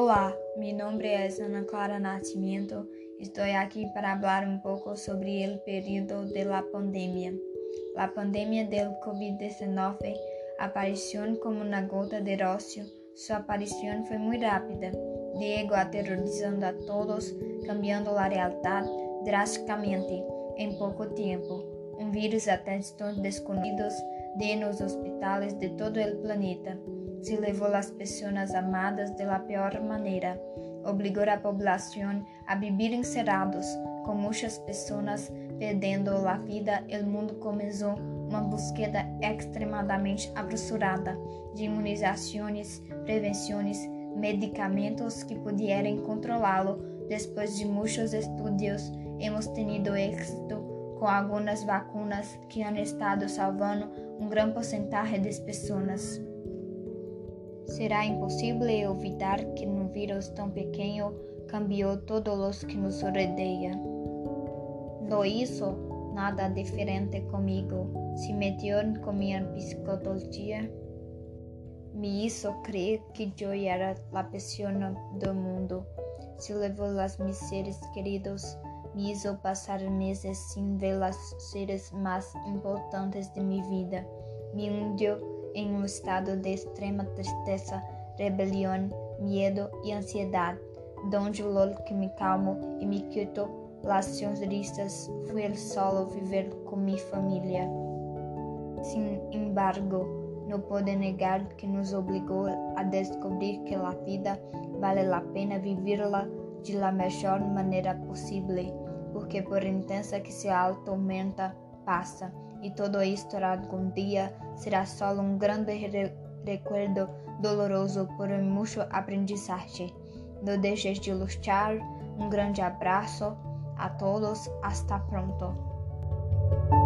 Olá, mi nombre es Ana Clara Nascimento. Estoy aquí para hablar un poco sobre el periodo de la pandemia. La pandemia del COVID-19 apareció como una gota de rocío. Su aparición fue muy rápida, llegó aterrorizando a todos, cambiando la realidad drásticamente en poco tiempo. Un virus a textos desconocidos de los hospitales de todo el planeta. Se llevó las personas amadas de la peor manera, obligó a la población a vivir encerrados, con muchas personas perdiendo la vida. El mundo comenzó una búsqueda extremadamente apresurada de inmunizaciones, prevenciones, medicamentos que pudieran controlarlo. Después de muchos estudios, hemos tenido éxito con algunas vacunas que han estado salvando un gran porcentaje de personas. Será imposible evitar que un virus tan pequeño cambió todo lo que nos rodea. Lo hizo nada diferente conmigo. Se metió con mi psicopatía. Me hizo creer que yo era la persona del mundo. Se llevó las mis seres queridos. Me hizo pasar meses sin ver los seres más importantes de mi vida. Me hundió en un estado de extrema tristeza, rebelión, miedo y ansiedad, donde lo que me calmó y me quitó las sonrisas fue el solo vivir con mi familia. Sin embargo, no puedo negar que nos obligó a descubrir que la vida vale la pena vivirla de la mejor manera posible, porque por intensa que sea la tormenta, pasa. Y todo esto algún día será solo un grande recuerdo doloroso por mucho aprendizaje. No dejes de luchar. Un grande abrazo a todos. Hasta pronto.